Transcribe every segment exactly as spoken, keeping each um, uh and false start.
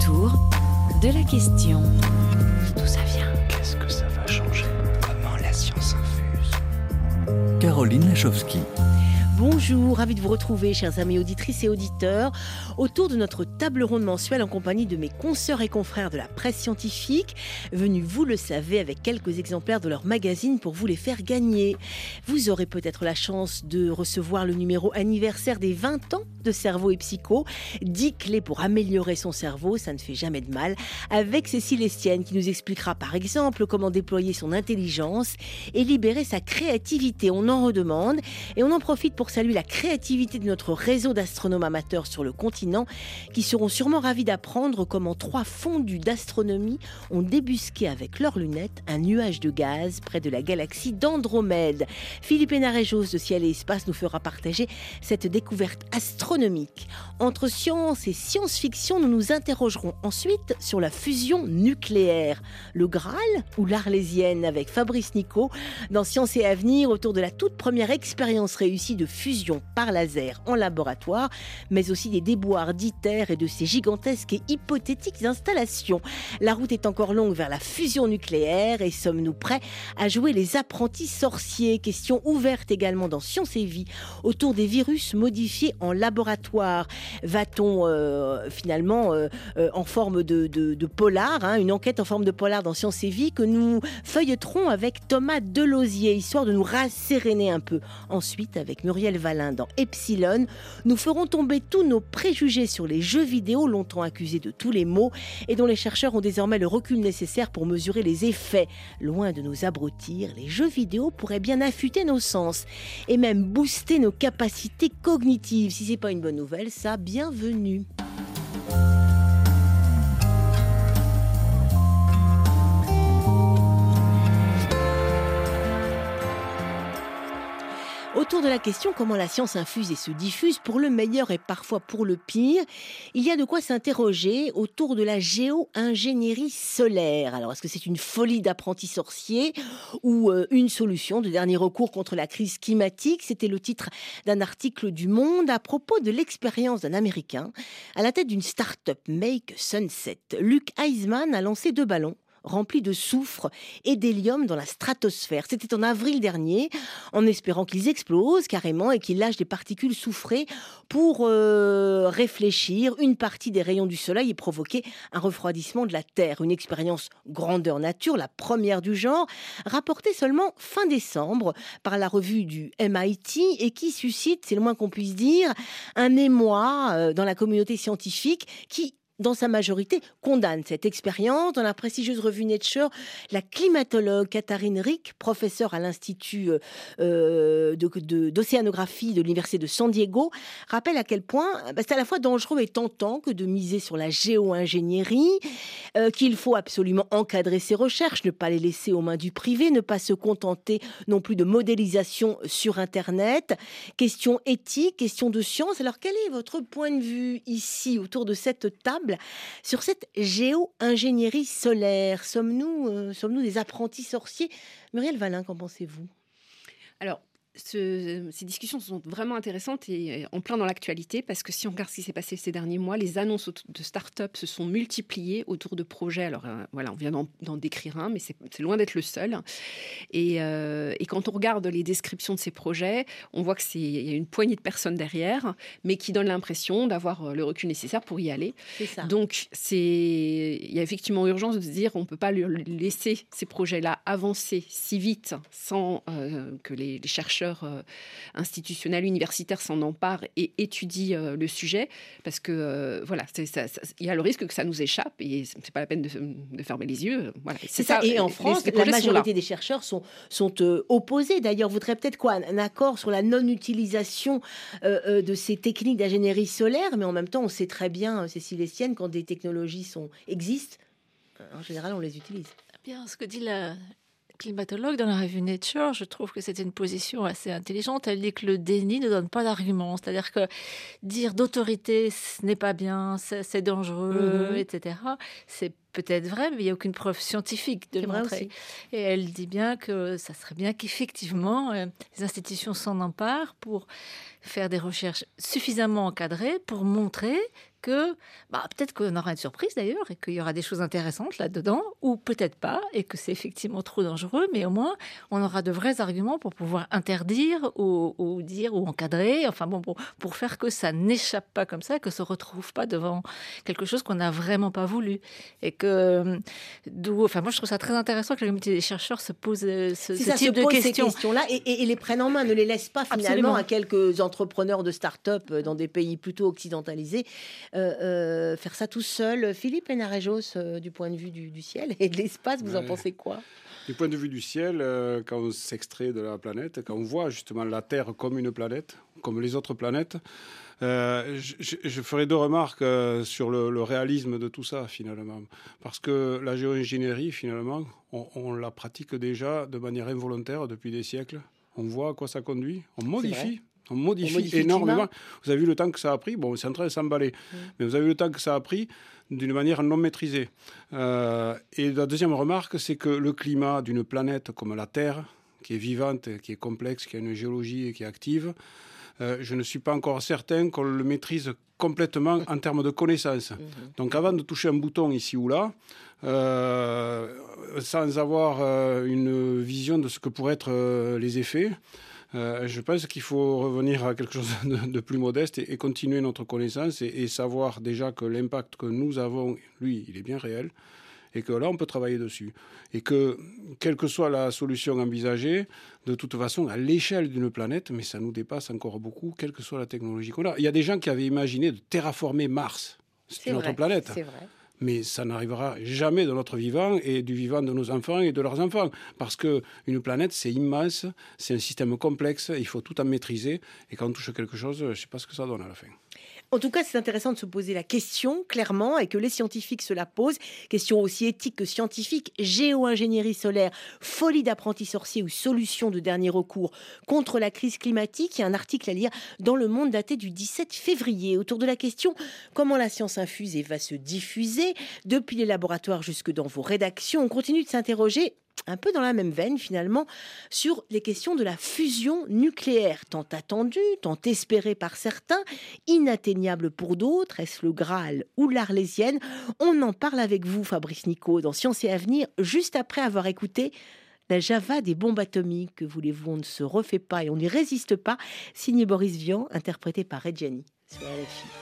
Autour de la question. D'où ça vient? Qu'est-ce que ça va changer? Comment la science infuse? Caroline Lachowski. Bonjour, ravi de vous retrouver, chers amis auditrices et auditeurs, autour de notre table ronde mensuelle en compagnie de mes consoeurs et confrères de la presse scientifique, venus, vous le savez, avec quelques exemplaires de leur magazine pour vous les faire gagner. Vous aurez peut-être la chance de recevoir le numéro anniversaire des vingt ans de Cerveau et Psycho, dix clés pour améliorer son cerveau, ça ne fait jamais de mal, avec Cécile Estienne qui nous expliquera par exemple comment déployer son intelligence et libérer sa créativité. On en redemande et on en profite pour saluer la créativité de notre réseau d'astronomes amateurs sur le continent qui seront sûrement ravis d'apprendre comment trois fondus d'astronomie ont débusqué avec leurs lunettes un nuage de gaz près de la galaxie d'Andromède. Philippe Hénarejos de Ciel et Espace nous fera partager cette découverte astronomique. Entre science et science-fiction, nous nous interrogerons ensuite sur la fusion nucléaire. Le Graal ou l'Arlésienne avec Fabrice Nicot dans Science et Avenir autour de la toute première expérience réussie de fusion par laser en laboratoire, mais aussi des déboires d'ITER et de ces gigantesques et hypothétiques installations. La route est encore longue vers la fusion nucléaire et sommes-nous prêts à jouer les apprentis sorciers? Question ouverte également dans Science et Vie autour des virus modifiés en laboratoire. Va-t-on euh, finalement euh, euh, en forme de, de, de polar, hein, une enquête en forme de polar dans Science et Vie que nous feuilleterons avec Thomas Delosier, histoire de nous rasséréner un peu. Ensuite, avec Muriel Valin dans Epsilon, nous ferons tomber tous nos préjugés sur les jeux vidéo, longtemps accusés de tous les maux, et dont les chercheurs ont désormais le recul nécessaire pour mesurer les effets. Loin de nous abrutir, les jeux vidéo pourraient bien affûter nos sens, et même booster nos capacités cognitives. Si c'est pas une bonne nouvelle, ça, bienvenue. Autour de la question comment la science infuse et se diffuse pour le meilleur et parfois pour le pire, il y a de quoi s'interroger autour de la géo-ingénierie solaire. Alors, est-ce que c'est une folie d'apprenti sorcier ou euh, une solution de dernier recours contre la crise climatique? C'était le titre d'un article du Monde à propos de l'expérience d'un Américain à la tête d'une start-up Make Sunset. Luc Eisman a lancé deux ballons remplis de soufre et d'hélium dans la stratosphère. C'était en avril dernier, en espérant qu'ils explosent carrément et qu'ils lâchent des particules soufrées pour euh, réfléchir une partie des rayons du soleil et provoquer un refroidissement de la Terre. Une expérience grandeur nature, la première du genre, rapportée seulement fin décembre par la revue du M I T et qui suscite, c'est le moins qu'on puisse dire, un émoi euh, dans la communauté scientifique qui dans sa majorité, condamne cette expérience. Dans la prestigieuse revue Nature, la climatologue Katharine Rick, professeure à l'Institut euh, de, de, d'océanographie de l'Université de San Diego, rappelle à quel point bah, c'est à la fois dangereux et tentant que de miser sur la géo-ingénierie, euh, qu'il faut absolument encadrer ses recherches, ne pas les laisser aux mains du privé, ne pas se contenter non plus de modélisation sur Internet. Question éthique, question de science. Alors, quel est votre point de vue ici, autour de cette table, sur cette géo-ingénierie solaire? Sommes-nous, euh, sommes-nous des apprentis sorciers? Muriel Valin, qu'en pensez-vous? Alors, Ce, ces discussions sont vraiment intéressantes et en plein dans l'actualité parce que si on regarde ce qui s'est passé ces derniers mois, les annonces de start-up se sont multipliées autour de projets. Alors euh, voilà, on vient d'en, d'en décrire un, mais c'est, c'est loin d'être le seul. Et, euh, et quand on regarde les descriptions de ces projets, on voit qu'il y a une poignée de personnes derrière, mais qui donnent l'impression d'avoir le recul nécessaire pour y aller. C'est ça. Donc, c'est, il y a effectivement urgence de se dire on ne peut pas laisser ces projets-là avancer si vite sans euh, que les, les chercheurs Euh, institutionnels, universitaires s'en emparent et étudient euh, le sujet parce que euh, voilà, c'est, ça, ça, il y a le risque que ça nous échappe et c'est pas la peine de, de fermer les yeux. Voilà. C'est, c'est ça. ça. Et en France, les, les la majorité des chercheurs sont, sont euh, opposés. D'ailleurs, voudrait peut-être quoi, un accord sur la non-utilisation euh, euh, de ces techniques d'ingénierie solaire, mais en même temps, on sait très bien, Cécile Estienne, quand des technologies sont, existent, en général, on les utilise. Bien, ce que dit la climatologue dans la revue Nature, je trouve que c'était une position assez intelligente. Elle dit que le déni ne donne pas d'argument. C'est-à-dire que dire d'autorité, ce n'est pas bien, c'est, c'est dangereux, mmh. et cetera, c'est peut-être vrai, mais il n'y a aucune preuve scientifique de C'est le vrai montrer. aussi. Et elle dit bien que ça serait bien qu'effectivement, euh, les institutions s'en emparent pour faire des recherches suffisamment encadrées pour montrer que bah, peut-être qu'on aura une surprise d'ailleurs et qu'il y aura des choses intéressantes là-dedans, ou peut-être pas, et que c'est effectivement trop dangereux, mais au moins on aura de vrais arguments pour pouvoir interdire ou, ou dire ou encadrer, enfin bon, pour, pour faire que ça n'échappe pas comme ça, que ça ne se retrouve pas devant quelque chose qu'on n'a vraiment pas voulu. Et que, d'où, enfin moi je trouve ça très intéressant que la communauté des chercheurs se pose ce, ce Si ça type se de pose questions. ces questions-là et, et- et les prennent en main, ne les laisse pas finalement Absolument. à quelques entrepreneurs de start-up dans des pays plutôt occidentalisés euh, euh, faire ça tout seul. Philippe Hénarejos, euh, du point de vue du, du ciel et de l'espace, vous en Ouais. pensez quoi? Du point de vue du ciel, euh, quand on s'extrait de la planète, quand on voit justement la Terre comme une planète, comme les autres planètes, euh, je, je ferai deux remarques euh, sur le, le réalisme de tout ça, finalement. Parce que la géo-ingénierie, finalement, on, on la pratique déjà de manière involontaire depuis des siècles. On voit à quoi ça conduit. On modifie. On modifie, On modifie le énormément. climat. Vous avez vu le temps que ça a pris. Bon, c'est en train de s'emballer. Mmh. Mais vous avez vu le temps que ça a pris d'une manière non maîtrisée. Euh, et la deuxième remarque, c'est que le climat d'une planète comme la Terre, qui est vivante, qui est complexe, qui a une géologie et qui est active, euh, je ne suis pas encore certain qu'on le maîtrise complètement en termes de connaissances. Mmh. Donc avant de toucher un bouton ici ou là, euh, sans avoir euh, une vision de ce que pourraient être euh, les effets, Euh, je pense qu'il faut revenir à quelque chose de, de plus modeste et, et continuer notre connaissance et, et savoir déjà que l'impact que nous avons, lui, il est bien réel et que là, on peut travailler dessus. Et que, quelle que soit la solution envisagée, de toute façon, à l'échelle d'une planète, mais ça nous dépasse encore beaucoup, quelle que soit la technologie qu'on a. Il y a des gens qui avaient imaginé de terraformer Mars. C'est C'est une autre vrai, planète. c'est vrai. Mais ça n'arrivera jamais de notre vivant et du vivant de nos enfants et de leurs enfants. Parce qu'une planète, c'est immense, c'est un système complexe, il faut tout en maîtriser. Et quand on touche quelque chose, je ne sais pas ce que ça donne à la fin. En tout cas, c'est intéressant de se poser la question, clairement, et que les scientifiques se la posent. Question aussi éthique que scientifique. Géo-ingénierie solaire, folie d'apprentis sorciers ou solution de dernier recours contre la crise climatique. Il y a un article à lire dans Le Monde daté du dix-sept février autour de la question comment la science infusée va se diffuser depuis les laboratoires jusque dans vos rédactions. On continue de s'interroger un peu dans la même veine finalement, sur les questions de la fusion nucléaire, tant attendue, tant espérée par certains, inatteignable pour d'autres. Est-ce le Graal ou l'Arlésienne? On en parle avec vous, Fabrice Nicaud, dans Science et Avenir, juste après avoir écouté la Java des bombes atomiques. Que voulez-vous, on ne se refait pas et on n'y résiste pas, signé Boris Vian, interprété par Reggiani sur R F I.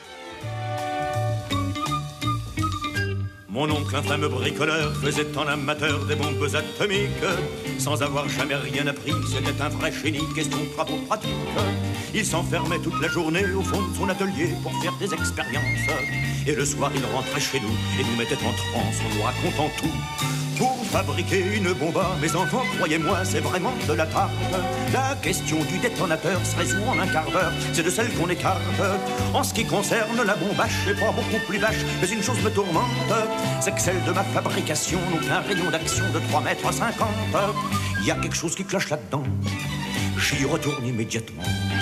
Mon oncle, infâme bricoleur, faisait en amateur des bombes atomiques. Sans avoir jamais rien appris, c'était un vrai génie, question de travaux pratiques. Il s'enfermait toute la journée au fond de son atelier pour faire des expériences. Et le soir, il rentrait chez nous et nous mettait en transe en nous racontant tout. Pour fabriquer une bombe, mes enfants, croyez-moi, c'est vraiment de la tarte. La question du détonateur se résout en un quart d'heure, c'est de celle qu'on écarte. En ce qui concerne la bombache, c'est pas beaucoup plus vache, mais une chose me tourmente, c'est que celle de ma fabrication n'a qu'un rayon d'action de trois mètres cinquante. Il y a quelque chose qui cloche là-dedans, j'y retourne immédiatement.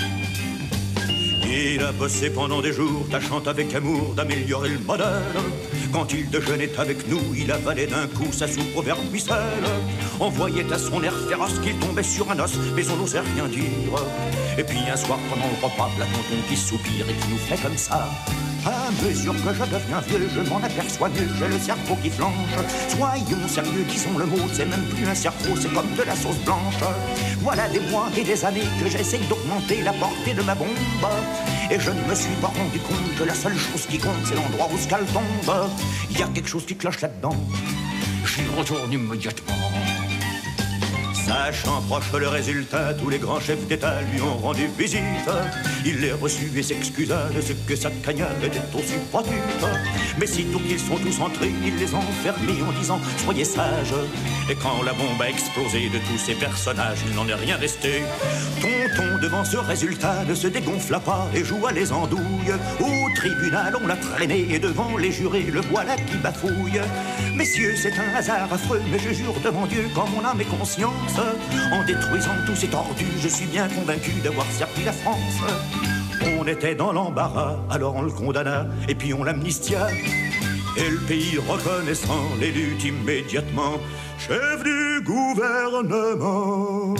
Il a bossé pendant des jours, tâchant avec amour d'améliorer le modèle. Quand il déjeunait avec nous, il avalait d'un coup sa soupe au vermicelle. On voyait à son air féroce qu'il tombait sur un os, mais on n'osait rien dire. Et puis un soir pendant le repas, la tonton qui soupire et qui nous fait comme ça. À mesure que je deviens vieux, je m'en aperçois mieux, j'ai le cerveau qui flanche. Soyons sérieux, disons le mot, c'est même plus un cerveau, c'est comme de la sauce blanche. Voilà des mois et des années que j'essaye d'augmenter la portée de ma bombe. Et je ne me suis pas rendu compte que la seule chose qui compte, c'est l'endroit où ce qu'elle tombe. Il y a quelque chose qui cloche là-dedans, j'y retourne immédiatement. Sachant proche le résultat, tous les grands chefs d'État lui ont rendu visite. Il les reçut et s'excusa de ce que sa cagnale était aussi produite. Mais sitôt qu'ils sont tous entrés, il les a enfermés en disant « Soyez sages ». Et quand la bombe a explosé de tous ces personnages, il n'en est rien resté. Tonton, devant ce résultat, ne se dégonfla pas et joua les andouilles. Au tribunal, on l'a traîné et devant les jurés, le voilà qui bafouille. Messieurs, c'est un hasard affreux, mais je jure devant Dieu, quand mon âme est conscience, en détruisant tous ces tordus, je suis bien convaincu d'avoir servi la France. On on était dans l'embarras, alors on le condamna et puis on l'amnistia. Et le pays reconnaissant l'élut immédiatement chef du gouvernement.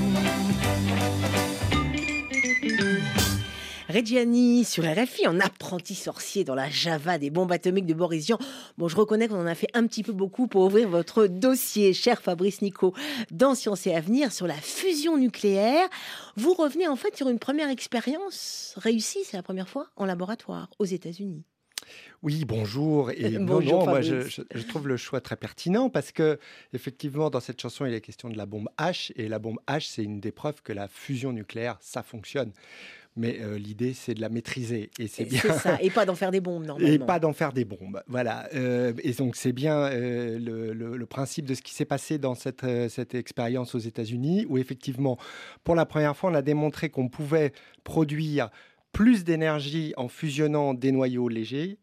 Reggiani sur R F I en apprenti sorcier dans la Java des bombes atomiques de Boris Vian. Bon, je reconnais qu'on en a fait un petit peu beaucoup pour ouvrir votre dossier, cher Fabrice Nicot, dans Science et Avenir sur la fusion nucléaire. Vous revenez en fait sur une première expérience réussie, c'est la première fois, en laboratoire aux États-Unis. Oui, bonjour. Et bonjour, non, non, moi, je, Fabrice. je, je trouve le choix très pertinent parce que, effectivement, dans cette chanson, il est question de la bombe H. Et la bombe H, c'est une des preuves que la fusion nucléaire, ça fonctionne. Mais euh, l'idée, c'est de la maîtriser. Et c'est bien. C'est ça, et pas d'en faire des bombes, normalement. Et pas d'en faire des bombes. Voilà. Euh, et donc, c'est bien euh, le, le, le principe de ce qui s'est passé dans cette, euh, cette expérience aux États-Unis, où, effectivement, pour la première fois, on a démontré qu'on pouvait produire plus d'énergie en fusionnant des noyaux légers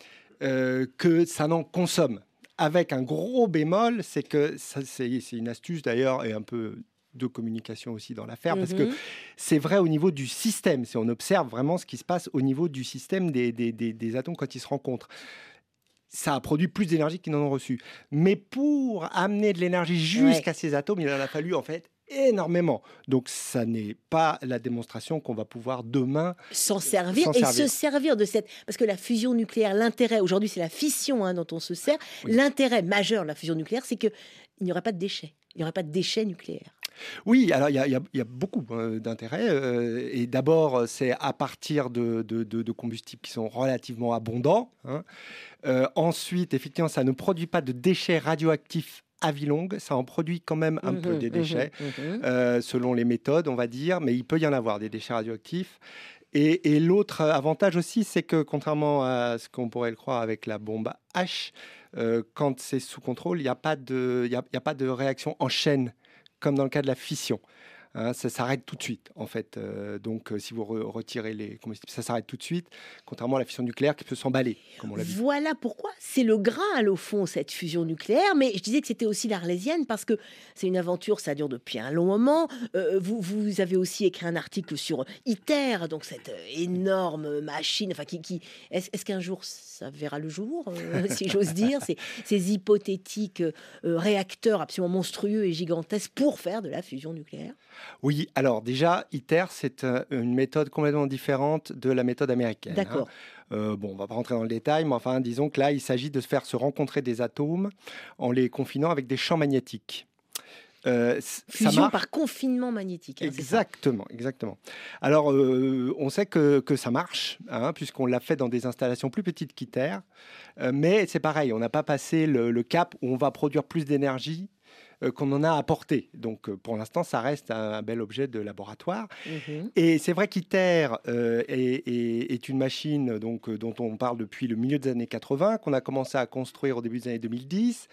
euh, que ça n'en consomme. Avec un gros bémol, c'est que ça, c'est, c'est une astuce d'ailleurs et un peu de communication aussi dans l'affaire, parce que c'est vrai au niveau du système. C'est, on observe vraiment ce qui se passe au niveau du système des, des, des, des atomes quand ils se rencontrent. Ça a produit plus d'énergie qu'ils n'en ont reçu. Mais pour amener de l'énergie jusqu'à ouais. ces atomes, il en a fallu en fait énormément. Donc, ça n'est pas la démonstration qu'on va pouvoir demain s'en servir s'en et servir. se servir de cette... Parce que la fusion nucléaire, l'intérêt, aujourd'hui, c'est la fission hein, dont on se sert. Oui. L'intérêt majeur de la fusion nucléaire, c'est qu'il n'y aurait pas de déchets. Il n'y aurait pas de déchets nucléaires. Oui, alors il y, y, y a beaucoup euh, d'intérêts. Euh, et d'abord, c'est à partir de, de, de, de combustibles qui sont relativement abondants. Hein. Euh, ensuite, effectivement, ça ne produit pas de déchets radioactifs à vie longue. Ça en produit quand même un mmh, peu des déchets, mmh, mmh. Euh, selon les méthodes, on va dire. Mais il peut y en avoir des déchets radioactifs. Et, et l'autre avantage aussi, c'est que contrairement à ce qu'on pourrait le croire avec la bombe H, euh, quand c'est sous contrôle, il n'y a pas de, il y a, il y a pas de réaction en chaîne, comme dans le cas de la fission. Hein, ça s'arrête tout de suite, en fait. Euh, donc, euh, si vous re- retirez les combustibles, ça s'arrête tout de suite, contrairement à la fission nucléaire qui peut s'emballer, comme on l'a vu. Voilà pourquoi c'est le Graal, au fond, cette fusion nucléaire. Mais je disais que c'était aussi l'Arlésienne, parce que c'est une aventure, ça dure depuis un long moment. Euh, vous, vous avez aussi écrit un article sur ITER, donc cette énorme machine. Enfin, qui, qui, est-ce, est-ce qu'un jour ça verra le jour, euh, si j'ose dire, ces, ces hypothétiques euh, réacteurs absolument monstrueux et gigantesques pour faire de la fusion nucléaire? Oui, alors déjà, ITER, c'est euh, une méthode complètement différente de la méthode américaine. D'accord. Hein. Euh, bon, on ne va pas rentrer dans le détail, mais enfin, disons que là, il s'agit de se faire se rencontrer des atomes en les confinant avec des champs magnétiques. Euh, Fusion par confinement magnétique. Hein, exactement, exactement. Alors, euh, on sait que, que ça marche, hein, puisqu'on l'a fait dans des installations plus petites qu'ITER. Euh, mais c'est pareil, on n'a pas passé le, le cap où on va produire plus d'énergie euh, qu'on en a apporté. Donc, euh, pour l'instant, ça reste un, un bel objet de laboratoire. Mmh. Et c'est vrai qu'ITER euh, est, est, est une machine donc, euh, dont on parle depuis le milieu des années quatre-vingts, qu'on a commencé à construire au début des années deux mille dix.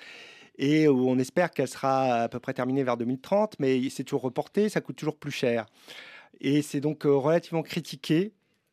Et où on espère qu'elle sera à peu près terminée vers deux mille trente, mais c'est toujours reporté, ça coûte toujours plus cher. Et c'est donc euh, relativement critiqué.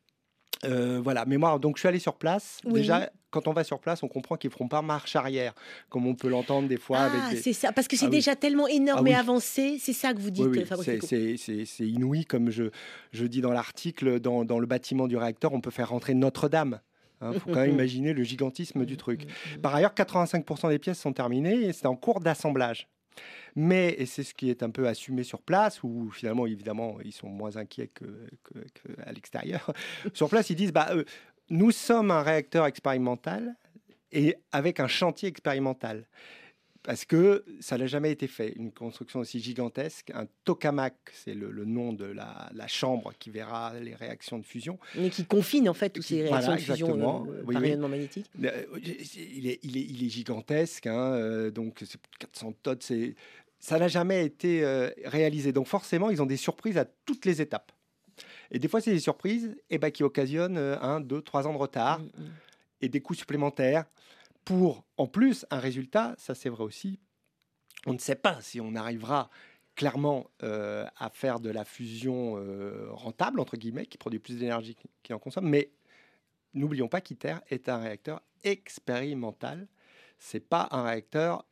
Euh, voilà, mais moi, donc je suis allé sur place. Oui. Déjà, quand on va sur place, on comprend qu'ils ne feront pas marche arrière, comme on peut l'entendre des fois. Ah, avec des... c'est ça, parce que c'est ah, déjà oui. tellement énorme ah, et oui. avancé. C'est ça que vous dites, oui, oui. Fabrice Nicot. C'est, c'est, c'est inouï, comme je, je dis dans l'article, dans, dans le bâtiment du réacteur, on peut faire rentrer Notre-Dame. Il hein, faut quand même imaginer le gigantisme du truc. Par ailleurs, quatre-vingt-cinq pour cent des pièces sont terminées et c'est en cours d'assemblage. Mais, et c'est ce qui est un peu assumé sur place, où finalement, évidemment, ils sont moins inquiets que, que, que à l'extérieur. Sur place, ils disent, bah, euh, nous sommes un réacteur expérimental et avec un chantier expérimental. Parce que ça n'a jamais été fait, une construction aussi gigantesque. Un tokamak, c'est le, le nom de la, la chambre qui verra les réactions de fusion. Mais qui confine en fait toutes ces réactions voilà, de fusion euh, oui, par oui. rayonnement magnétique. Il est, il est, il est gigantesque, hein, euh, donc c'est quatre cents tonnes. C'est, ça n'a jamais été euh, réalisé. Donc forcément, ils ont des surprises à toutes les étapes. Et des fois, c'est des surprises eh ben, qui occasionnent euh, un, deux, trois ans de retard mmh, mmh. et des coûts supplémentaires. Pour, en plus, un résultat, ça c'est vrai aussi, on ne sait pas si on arrivera clairement euh, à faire de la fusion euh, rentable, entre guillemets, qui produit plus d'énergie qu'il en consomme, mais n'oublions pas qu'ITER est un réacteur expérimental, ce n'est pas un réacteur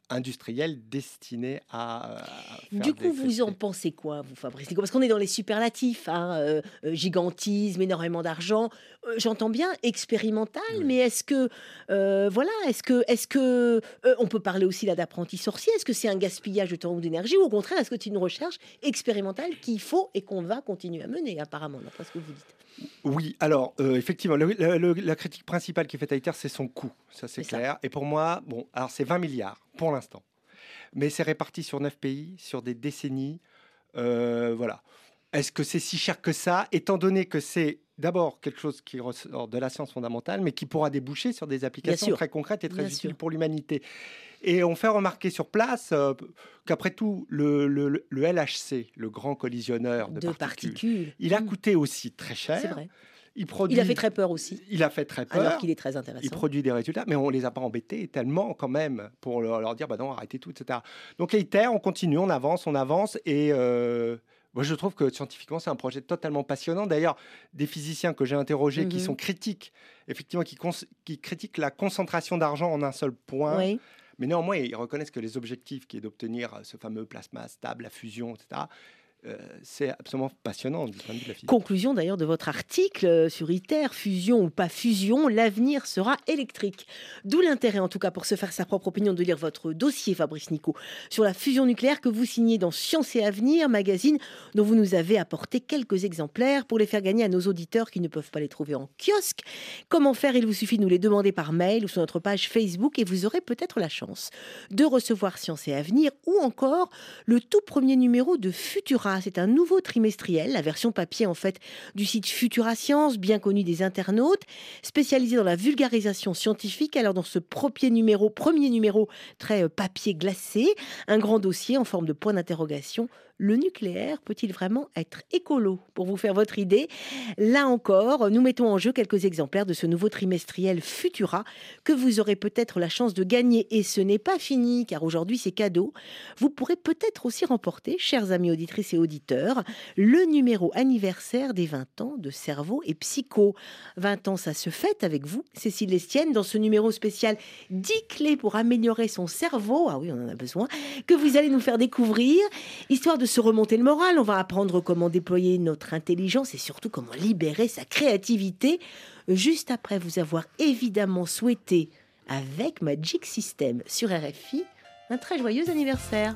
industrielle destinée à, à faire Du coup, vous en pensez quoi, vous, Fabrice Nicot? Parce qu'on est dans les superlatifs, hein, euh, euh, gigantisme, énormément d'argent. Euh, j'entends bien expérimental, oui. mais est-ce que, euh, voilà, est-ce que, est-ce que, euh, on peut parler aussi là d'apprenti sorcier? Est-ce que c'est un gaspillage de temps ou d'énergie, ou au contraire, est-ce que c'est une recherche expérimentale qu'il faut et qu'on va continuer à mener, apparemment, d'après ce que vous dites? Oui, alors euh, effectivement, le, le, le, la critique principale qui est faite à ITER, c'est son coût, ça c'est, c'est clair. Ça. Et pour moi, bon, alors c'est vingt milliards pour l'instant, mais c'est réparti sur neuf pays, sur des décennies, euh, voilà. Est-ce que c'est si cher que ça, étant donné que c'est d'abord quelque chose qui ressort de la science fondamentale, mais qui pourra déboucher sur des applications très concrètes et très Bien utiles sûr. Pour l'humanité. Et on fait remarquer sur place euh, qu'après tout, le, le, le L H C, le grand collisionneur de, de particules, particules, il a coûté aussi très cher. C'est vrai. Il, produit, il a fait très peur aussi. Il a fait très peur. Alors qu'il est très intéressant. Il produit des résultats, mais on ne les a pas embêtés tellement quand même pour leur, leur dire bah non, arrêtez tout, et cetera. Donc, ITER, on continue, on avance, on avance. Et euh, moi, je trouve que scientifiquement, c'est un projet totalement passionnant. D'ailleurs, des physiciens que j'ai interrogés mm-hmm. qui sont critiques, effectivement, qui, cons- qui critiquent la concentration d'argent en un seul point. Oui. Mais néanmoins, ils reconnaissent que les objectifs qui est d'obtenir ce fameux plasma stable, la fusion, et cetera, euh, c'est absolument passionnant du point de vue de la physique. Conclusion d'ailleurs de votre article sur ITER, fusion ou pas fusion, l'avenir sera électrique. D'où l'intérêt en tout cas pour se faire sa propre opinion de lire votre dossier, Fabrice Nicot, sur la fusion nucléaire que vous signez dans Science et Avenir, magazine dont vous nous avez apporté quelques exemplaires pour les faire gagner à nos auditeurs qui ne peuvent pas les trouver en kiosque. Comment faire? Il vous suffit de nous les demander par mail ou sur notre page Facebook et vous aurez peut-être la chance de recevoir Science et Avenir ou encore le tout premier numéro de Futura. C'est un nouveau trimestriel, la version papier en fait du site Futura Science, bien connu des internautes, spécialisé dans la vulgarisation scientifique. Alors dans ce premier numéro, premier numéro très papier glacé, un grand dossier en forme de point d'interrogation. Le nucléaire peut-il vraiment être écolo? Pour vous faire votre idée, là encore, nous mettons en jeu quelques exemplaires de ce nouveau trimestriel Futura que vous aurez peut-être la chance de gagner. Et ce n'est pas fini, car aujourd'hui c'est cadeau. Vous pourrez peut-être aussi remporter, chers amis auditrices et auditeurs, le numéro anniversaire des vingt ans de Cerveau et Psycho. vingt ans, ça se fête avec vous, Cécile Estienne, dans ce numéro spécial dix clés pour améliorer son cerveau. Ah oui, on en a besoin, que vous allez nous faire découvrir, histoire de se remonter le moral. On va apprendre comment déployer notre intelligence et surtout comment libérer sa créativité, juste après vous avoir évidemment souhaité, avec Magic System sur R F I, un très joyeux anniversaire.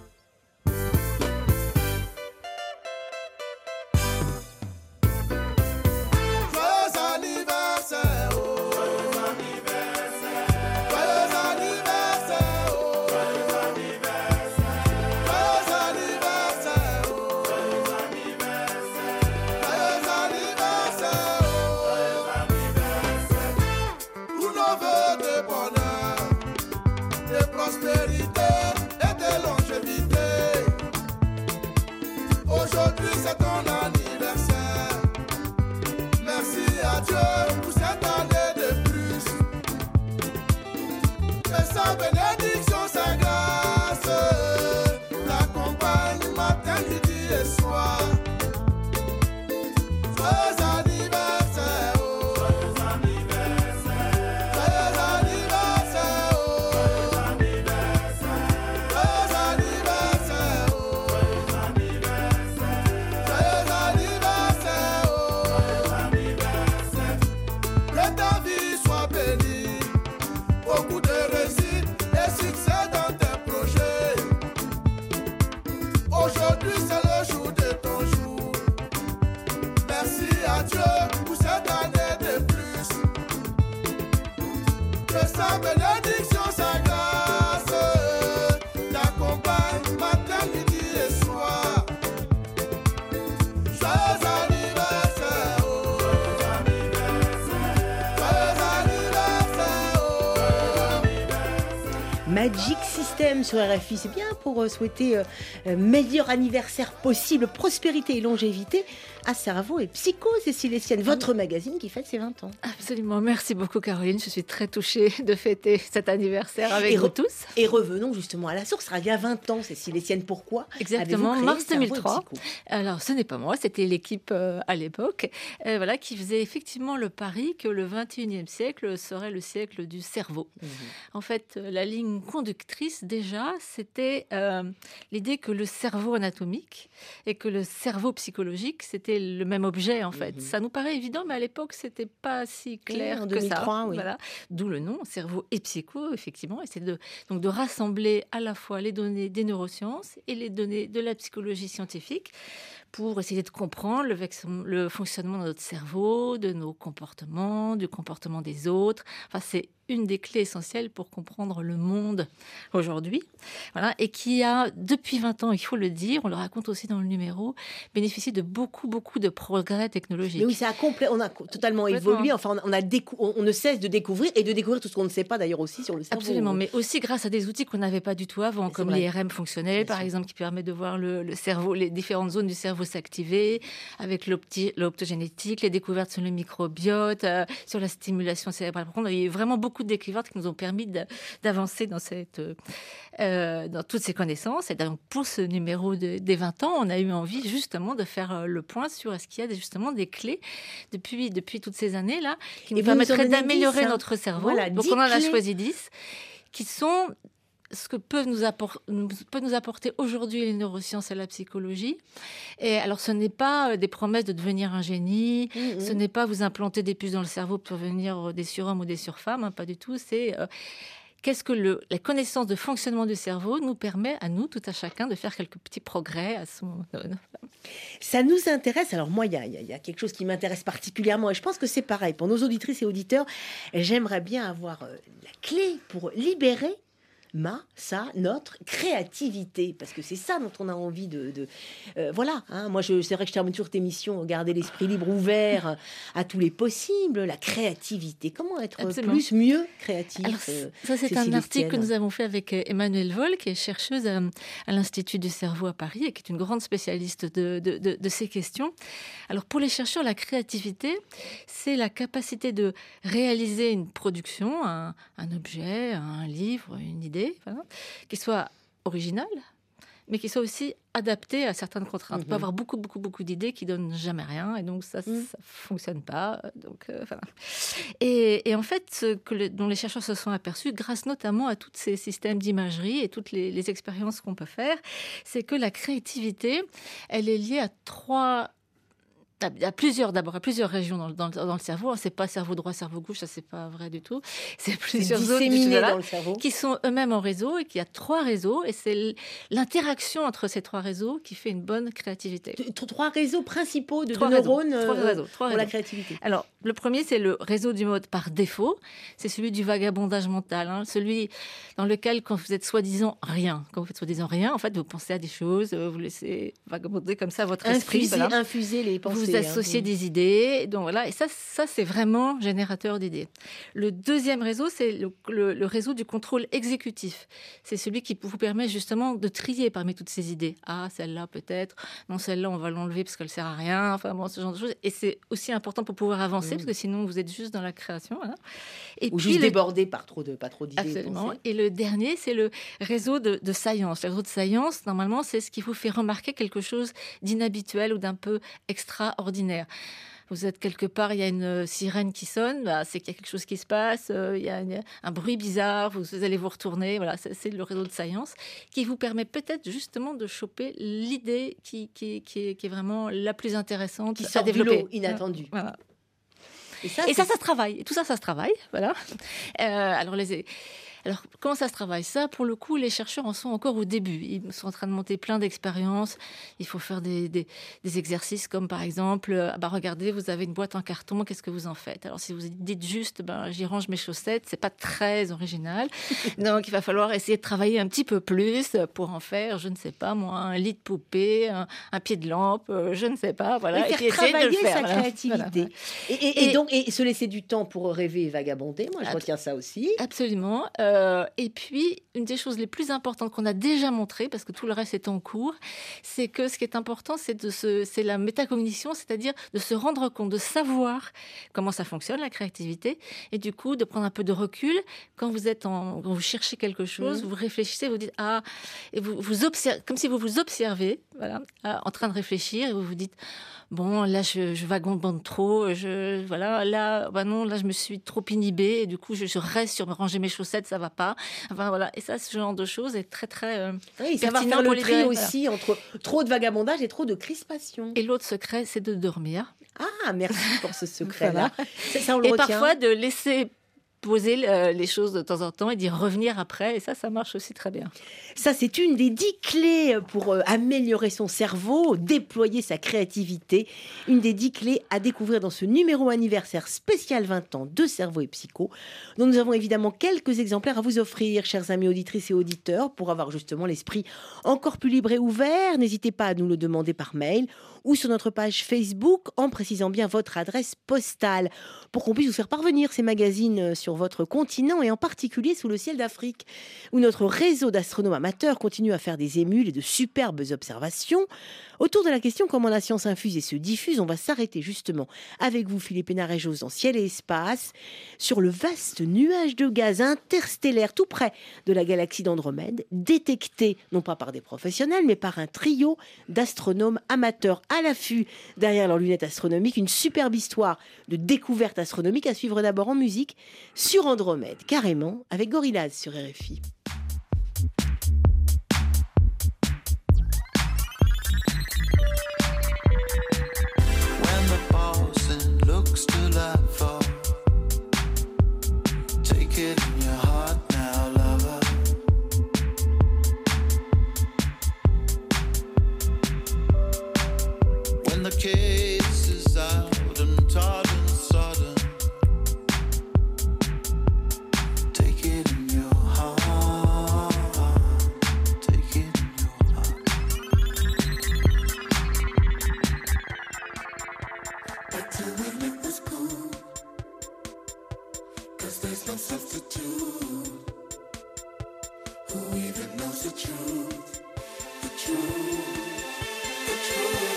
Magic System sur R F I, c'est bien pour souhaiter euh, meilleur anniversaire possible, prospérité et longévité à Cerveau et Psycho, Cécile Estienne, votre magazine qui fête ses vingt ans. Absolument, merci beaucoup Caroline, je suis très touchée de fêter cet anniversaire avec et vous re- tous. Et revenons justement à la source, il y a vingt ans, Cécile Estienne, pourquoi? Exactement, mars deux mille trois. Alors ce n'est pas moi, c'était l'équipe euh, à l'époque, euh, voilà, qui faisait effectivement le pari que le vingt et unième siècle serait le siècle du cerveau. Mmh. En fait, la ligne conductrice déjà, c'était euh, l'idée que le cerveau anatomique et que le cerveau psychologique, c'était le même objet en fait. Mmh. Ça nous paraît évident, mais à l'époque, c'était pas si clair oui, en que deux mille trois, ça. Oui. Voilà. D'où le nom, cerveau et psycho, effectivement. Et c'est de, donc de rassembler à la fois les données des neurosciences et les données de la psychologie scientifique pour essayer de comprendre le, le fonctionnement de notre cerveau, de nos comportements, du comportement des autres. Enfin, c'est une des clés essentielles pour comprendre le monde aujourd'hui. Voilà, et qui a, depuis vingt ans, il faut le dire, on le raconte aussi dans le numéro, bénéficié de beaucoup, beaucoup de progrès technologiques. Mais oui, ça a complè- on a totalement évolué. Enfin, on, a décou- on ne cesse de découvrir et de découvrir tout ce qu'on ne sait pas d'ailleurs aussi sur le cerveau. Absolument, mais aussi grâce à des outils qu'on n'avait pas du tout avant, comme l'I R M fonctionnel, par exemple, qui permet de voir le, le cerveau, les différentes zones du cerveau s'activer, avec l'opti- l'optogénétique, les découvertes sur le microbiote, euh, sur la stimulation cérébrale. Par contre, il y a eu vraiment beaucoup de découvertes qui nous ont permis de, d'avancer dans, cette, euh, dans toutes ces connaissances. Et donc, pour ce numéro de, des vingt ans, on a eu envie justement de faire le point sur est-ce qu'il y a des, justement des clés depuis, depuis toutes ces années-là qui nous permettraient d'améliorer dix, hein. notre cerveau. Voilà, donc, on en a clés. choisi dix qui sont ce que peuvent nous, appor- peut nous apporter aujourd'hui les neurosciences et la psychologie. Et alors, ce n'est pas des promesses de devenir un génie, mmh, ce mmh. n'est pas vous implanter des puces dans le cerveau pour devenir des surhommes ou des surfemmes, hein, pas du tout. C'est euh, qu'est-ce que le, la connaissance de fonctionnement du cerveau nous permet à nous, tout à chacun, de faire quelques petits progrès à son... Ça nous intéresse. Alors moi, il y, y, y a quelque chose qui m'intéresse particulièrement et je pense que c'est pareil. Pour nos auditrices et auditeurs, j'aimerais bien avoir euh, la clé pour libérer ma, sa, notre créativité, parce que c'est ça dont on a envie de... de euh, voilà, hein, moi je, c'est vrai que je termine toujours cette émission, garder l'esprit libre ouvert à tous les possibles, la créativité. Comment être Absolument. plus, mieux créatif? Alors, euh, ça c'est un article que nous avons fait avec Emmanuelle Voll, qui est chercheuse à, à l'Institut du cerveau à Paris et qui est une grande spécialiste de, de, de, de ces questions. Alors pour les chercheurs, la créativité, c'est la capacité de réaliser une production, un, un objet, un livre, une idée, Voilà, qui soit original, mais qui soit aussi adapté à certaines contraintes. Mmh. On peut avoir beaucoup, beaucoup, beaucoup d'idées qui donnent jamais rien, et donc ça, mmh. ça fonctionne pas. Donc, euh, voilà. Et, et en fait, ce que le, dont les chercheurs se sont aperçus, grâce notamment à tous ces systèmes d'imagerie et toutes les, les expériences qu'on peut faire, c'est que la créativité, elle est liée à trois à plusieurs, d'abord, à plusieurs régions dans, dans, dans le cerveau. C'est pas cerveau droit, cerveau gauche, ça c'est pas vrai du tout. C'est plusieurs c'est disséminé dans le cerveau, qui sont eux-mêmes en réseau et qui a trois réseaux. Et c'est l'interaction entre ces trois réseaux qui fait une bonne créativité. Trois réseaux principaux de, trois de réseaux, neurones trois euh, réseaux, trois pour réseaux. la créativité. Alors, le premier, c'est le réseau du mode par défaut. C'est celui du vagabondage mental, hein, celui dans lequel, quand vous êtes soi-disant rien, quand vous faites soi-disant rien, en fait, vous pensez à des choses, vous laissez vagabonder comme ça votre esprit. Infuser, voilà. infuser les pensées. Vous associez hein. des idées, donc voilà, et ça, ça c'est vraiment générateur d'idées. Le deuxième réseau, c'est le, le, le réseau du contrôle exécutif. C'est celui qui vous permet justement de trier parmi toutes ces idées. Ah, celle-là peut-être, non, celle-là on va l'enlever parce qu'elle sert à rien, enfin bon, ce genre de choses. Et c'est aussi important pour pouvoir avancer, mmh. parce que sinon vous êtes juste dans la création. Voilà. Et Ou puis juste le... débordé par trop de, pas trop d'idées. Absolument. Et le dernier, c'est le réseau de, de science. Le réseau de science, normalement, c'est ce qui vous fait remarquer quelque chose d'inhabituel ou d'un peu extraordinaire. Vous êtes quelque part, il y a une sirène qui sonne, bah, c'est qu'il y a quelque chose qui se passe, euh, il y a une, un bruit bizarre, vous, vous allez vous retourner, voilà, c'est, c'est le réseau de science qui vous permet peut-être justement de choper l'idée qui, qui, qui, est, qui est vraiment la plus intéressante qui à sort développer. Du lot, inattendue. Voilà. Et ça, Et ça, ça se travaille. Et tout ça, ça se travaille. Voilà. Euh, alors, les... alors, comment ça se travaille? Ça, pour le coup, les chercheurs en sont encore au début. Ils sont en train de monter plein d'expériences. Il faut faire des, des, des exercices comme, par exemple, euh, bah, regardez, vous avez une boîte en carton, qu'est-ce que vous en faites? Alors, si vous dites juste, ben, j'y range mes chaussettes, c'est pas très original. Donc, il va falloir essayer de travailler un petit peu plus pour en faire, je ne sais pas, moi, un lit de poupée, un, un pied de lampe, euh, je ne sais pas. Voilà. Et faire et travailler de le faire, sa voilà. créativité. Voilà. Et, et, et, et donc, et se laisser du temps pour rêver et vagabonder. Moi, je Ab- retiens ça aussi. Absolument. Euh, et puis, une des choses les plus importantes qu'on a déjà montrées, parce que tout le reste est en cours, c'est que ce qui est important, c'est, de se, c'est la métacognition, c'est-à-dire de se rendre compte, de savoir comment ça fonctionne, la créativité, et du coup, de prendre un peu de recul. Quand vous êtes en, quand vous cherchez quelque chose, mmh. vous réfléchissez, vous dites, ah, et vous, vous observez, comme si vous vous observez, voilà, en train de réfléchir, et vous vous dites, bon, là, je, je vagabonde trop, je, voilà, ah, là, bah non, là je me suis trop inhibée et du coup je, je reste sur ranger mes chaussettes, ça va pas. Enfin voilà, et ça, ce genre de choses est très très euh, oui, savoir pertinent faire pour le les tri deux, aussi voilà. entre trop de vagabondage et trop de crispation. Et l'autre secret, c'est de dormir. Ah, merci pour ce secret-là. Ça, ça, on le Et retient. parfois de laisser poser euh, les choses de temps en temps et d'y revenir après. Et ça, ça marche aussi très bien. Ça, c'est une des dix clés pour euh, améliorer son cerveau, déployer sa créativité. Une des dix clés à découvrir dans ce numéro anniversaire spécial vingt ans de Cerveau et Psycho, dont nous avons évidemment quelques exemplaires à vous offrir, chers amis auditrices et auditeurs, pour avoir justement l'esprit encore plus libre et ouvert. N'hésitez pas à nous le demander par mail ou sur notre page Facebook en précisant bien votre adresse postale pour qu'on puisse vous faire parvenir ces magazines sur votre continent et en particulier sous le ciel d'Afrique où notre réseau d'astronomes amateurs continue à faire des émules et de superbes observations. Autour de la question comment la science infuse et se diffuse, on va s'arrêter justement avec vous Philippe Hénard-Réjos dans Ciel et Espace sur le vaste nuage de gaz interstellaire tout près de la galaxie d'Andromède, détecté non pas par des professionnels mais par un trio d'astronomes amateurs à l'affût derrière leurs lunettes astronomiques. Une superbe histoire de découverte astronomique à suivre d'abord en musique sur Andromède, carrément, avec Gorillaz sur R F I. The case is out and tarred and sodden. Take it in your heart. Take it in your heart. Back to when it was cool, 'cause there's no substitute. Who even knows the truth? The truth. The truth.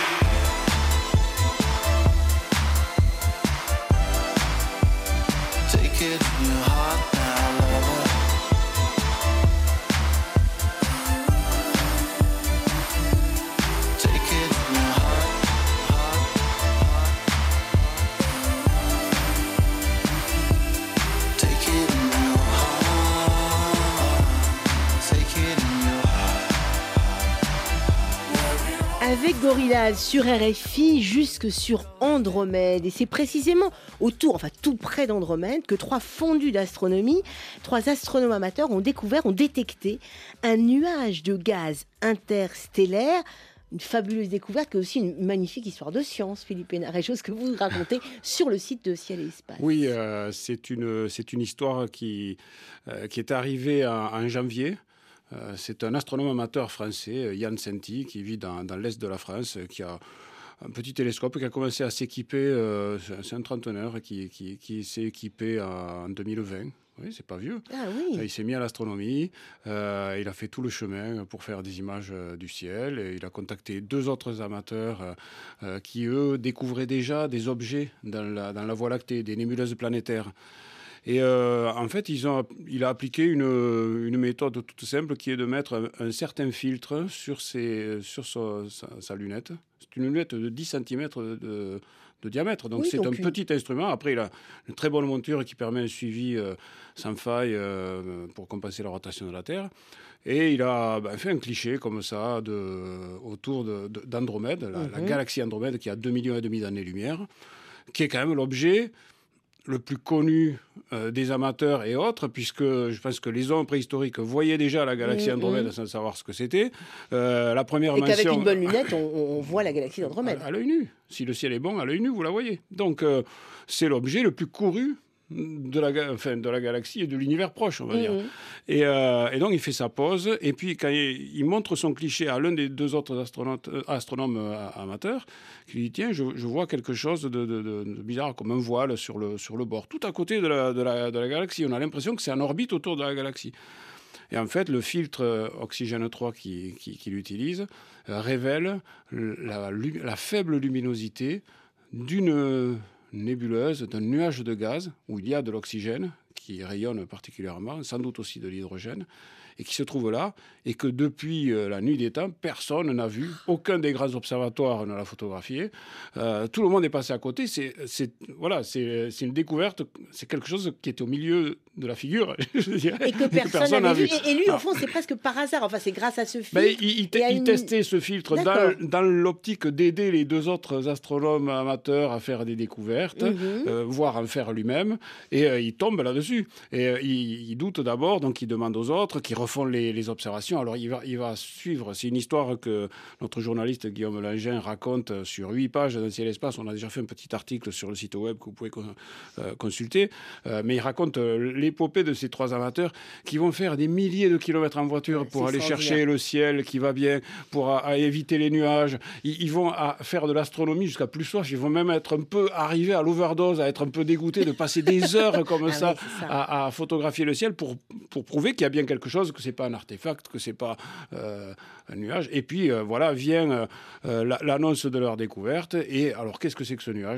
Take it in your heart now, lover. Take it in your heart, heart, heart. Take it in your heart. Take it in your heart. Avec Gorillaz sur R F I jusque sur Andromède. Et c'est précisément autour, enfin tout près d'Andromède, que trois fondus d'astronomie, trois astronomes amateurs ont découvert, ont détecté un nuage de gaz interstellaire. Une fabuleuse découverte, qui est aussi une magnifique histoire de science, Philippe Hénard-Réjos, que vous racontez sur le site de Ciel et Espace. Oui, euh, c'est une, c'est une histoire qui, euh, qui est arrivée en, en janvier. Euh, c'est un astronome amateur français, Yann Senti, qui vit dans, dans l'est de la France, qui a un petit télescope qui a commencé à s'équiper, euh, c'est un trentenaire qui, qui, qui s'est équipé en deux mille vingt. Oui, c'est pas vieux. Ah oui. Il s'est mis à l'astronomie, euh, il a fait tout le chemin pour faire des images euh, du ciel, et il a contacté deux autres amateurs euh, euh, qui, eux, découvraient déjà des objets dans la, dans la Voie lactée, des nébuleuses planétaires. Et euh, en fait, ils ont, il a appliqué une, une méthode toute simple qui est de mettre un, un certain filtre sur, ses, sur sa, sa, sa lunette. C'est une lunette de dix centimètres de, de diamètre, donc oui, c'est donc un une... petit instrument. Après, il a une très bonne monture qui permet un suivi euh, sans faille euh, pour compenser la rotation de la Terre. Et il a ben, fait un cliché comme ça de, autour de, de, d'Andromède, la, mm-hmm. la galaxie Andromède qui a deux millions et demi d'années-lumière, qui est quand même l'objet le plus connu euh, des amateurs et autres, puisque je pense que les hommes préhistoriques voyaient déjà la galaxie Andromède mmh. sans savoir ce que c'était. Euh, la première et mention... qu'avec une bonne lunette, on, on voit la galaxie d'Andromède. À, à l'œil nu. Si le ciel est bon, à l'œil nu, vous la voyez. Donc, euh, c'est l'objet le plus couru de la, enfin, de la galaxie et de l'univers proche, on va mmh. dire. Et, euh, et donc, il fait sa pause. Et puis, quand il, il montre son cliché à l'un des deux autres astronomes, astronomes euh, amateurs, qui lui dit, tiens, je, je vois quelque chose de, de, de, de bizarre, comme un voile sur le, sur le bord, tout à côté de la, de, la, de la galaxie. On a l'impression que c'est en orbite autour de la galaxie. Et en fait, le filtre euh, oxygène trois qu'il qui, qui utilise euh, révèle la, la faible luminosité d'une... nébuleuse, d'un nuage de gaz où il y a de l'oxygène qui rayonne particulièrement, sans doute aussi de l'hydrogène, et qui se trouve là, et que depuis euh, la nuit des temps, personne n'a vu, aucun des grands observatoires ne l'a photographié. Euh, tout le monde est passé à côté. C'est, c'est, voilà, c'est, c'est une découverte, c'est quelque chose qui était au milieu de la figure, je dirais, et que personne n'avait vu. vu. Et, et lui, au fond, c'est presque par hasard. Enfin, c'est grâce à ce filtre. Ben, il, il, il une... testait ce filtre dans, dans l'optique d'aider les deux autres astronomes amateurs à faire des découvertes, mm-hmm. euh, voire en faire lui-même. Et euh, il tombe là-dessus. Et euh, il, il doute d'abord, donc il demande aux autres, qui refont les, les observations. Alors, il va, il va suivre. C'est une histoire que notre journaliste Guillaume Langin raconte sur huit pages dans Ciel et Espace. On a déjà fait un petit article sur le site web que vous pouvez con, euh, consulter. Euh, mais il raconte euh, l'épopée de ces trois amateurs qui vont faire des milliers de kilomètres en voiture pour aller chercher le ciel qui va bien, pour à, à éviter les nuages. Ils, ils vont à faire de l'astronomie jusqu'à plus soif. Ils vont même être un peu arrivés à l'overdose, à être un peu dégoûtés de passer des heures comme ah ça, oui, ça. À, à photographier le ciel pour, pour prouver qu'il y a bien quelque chose, que c'est pas un artefact, que c'est pas euh, un nuage. Et puis euh, voilà, vient euh, l'annonce de leur découverte. Et alors, qu'est-ce que c'est que ce nuage ?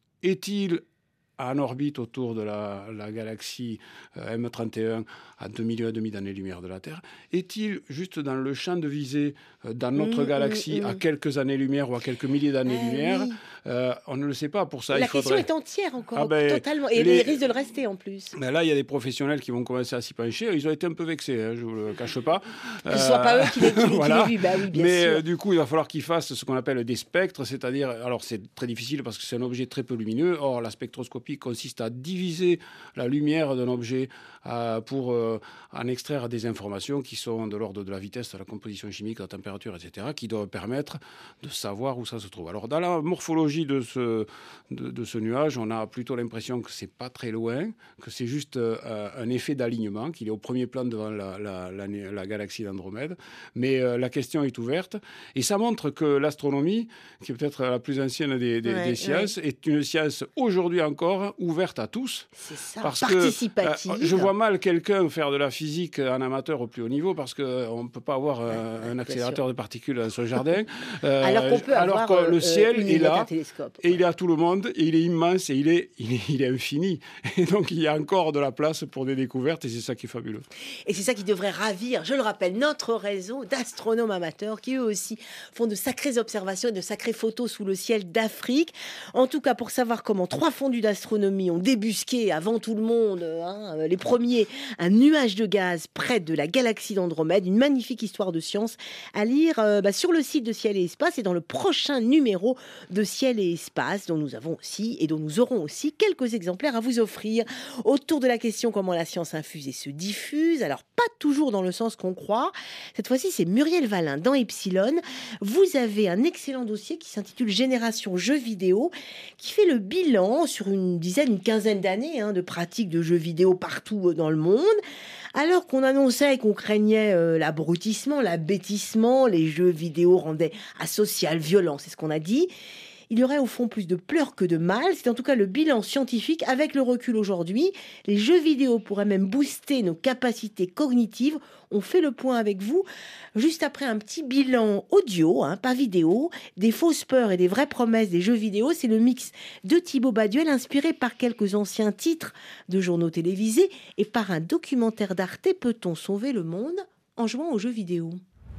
Est-il en orbite autour de la, la galaxie euh, M trente et un à deux millions et demi d'années-lumière de la Terre? Est-il juste dans le champ de visée euh, dans notre mmh, galaxie mmh, à quelques années-lumière ou à quelques milliers d'années-lumière? euh, oui. euh, On ne le sait pas. Pour ça, la il question faudrait... est entière encore, ah ben, totalement. Et les... il risque de le rester en plus. Mais là, il y a des professionnels qui vont commencer à s'y pencher. Ils ont été un peu vexés, hein, je ne vous le cache pas. Que ce ne soit pas eux qui l'aient voilà. vu, bah oui, bien Mais sûr. Euh, du coup, il va falloir qu'ils fassent ce qu'on appelle des spectres, c'est-à-dire, alors c'est très difficile parce que c'est un objet très peu lumineux. Or, la spectroscopie consiste à diviser la lumière d'un objet euh, pour euh, en extraire des informations qui sont de l'ordre de la vitesse, de la composition chimique, de la température, et cetera, qui doivent permettre de savoir où ça se trouve. Alors, dans la morphologie de ce, de, de ce nuage, on a plutôt l'impression que c'est pas très loin, que c'est juste euh, un effet d'alignement, qu'il est au premier plan devant la, la, la, la galaxie d'Andromède. Mais euh, la question est ouverte. Et ça montre que l'astronomie, qui est peut-être la plus ancienne des, des, ouais, des sciences, ouais. est une science aujourd'hui encore ouverte à tous. C'est ça, parce participative. Que, euh, je vois mal quelqu'un faire de la physique en amateur au plus haut niveau parce qu'on euh, ne peut pas avoir euh, ouais, un accélérateur sûr. de particules dans son jardin. Euh, alors qu'on peut alors avoir que le ciel euh, est là, et il est à tout le monde, et il est immense, et il est, il est, il est infini. Et donc, il y a encore de la place pour des découvertes, et c'est ça qui est fabuleux. Et c'est ça qui devrait ravir, je le rappelle, notre réseau d'astronomes amateurs qui, eux aussi, font de sacrées observations et de sacrées photos sous le ciel d'Afrique. En tout cas, pour savoir comment trois fondus d'astronomie ont débusqué avant tout le monde, hein, les premiers, un nuage de gaz près de la galaxie d'Andromède, une magnifique histoire de science à lire euh, bah, sur le site de Ciel et Espace et dans le prochain numéro de Ciel et Espace, dont nous avons aussi et dont nous aurons aussi quelques exemplaires à vous offrir. Autour de la question comment la science infuse et se diffuse, alors pas toujours dans le sens qu'on croit. Cette fois-ci, c'est Muriel Valin dans Epsilon. Vous avez un excellent dossier qui s'intitule Génération jeux vidéo, qui fait le bilan sur une dizaine, une quinzaine d'années hein, de pratiques de jeux vidéo partout dans le monde. Alors qu'on annonçait et qu'on craignait euh, l'abrutissement, l'abêtissement, les jeux vidéo rendaient asocial, violent, c'est ce qu'on a dit. Il y aurait au fond plus de pleurs que de mal. C'est en tout cas le bilan scientifique. Avec le recul aujourd'hui, les jeux vidéo pourraient même booster nos capacités cognitives. On fait le point avec vous juste après un petit bilan audio, hein, pas vidéo, des fausses peurs et des vraies promesses des jeux vidéo. C'est le mix de Thibaut Baduel, inspiré par quelques anciens titres de journaux télévisés et par un documentaire d'Arte. Peut-on sauver le monde en jouant aux jeux vidéo ?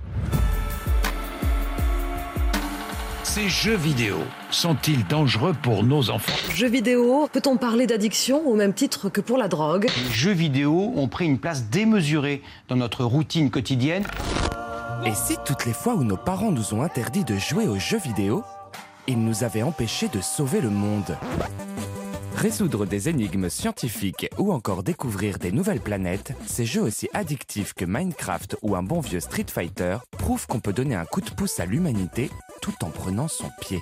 Ces jeux vidéo sont-ils dangereux pour nos enfants ? Jeux vidéo, peut-on parler d'addiction au même titre que pour la drogue ? Les jeux vidéo ont pris une place démesurée dans notre routine quotidienne. Et si toutes les fois où nos parents nous ont interdit de jouer aux jeux vidéo, ils nous avaient empêchés de sauver le monde ? Résoudre des énigmes scientifiques ou encore découvrir des nouvelles planètes, ces jeux aussi addictifs que Minecraft ou un bon vieux Street Fighter prouvent qu'on peut donner un coup de pouce à l'humanité tout en prenant son pied.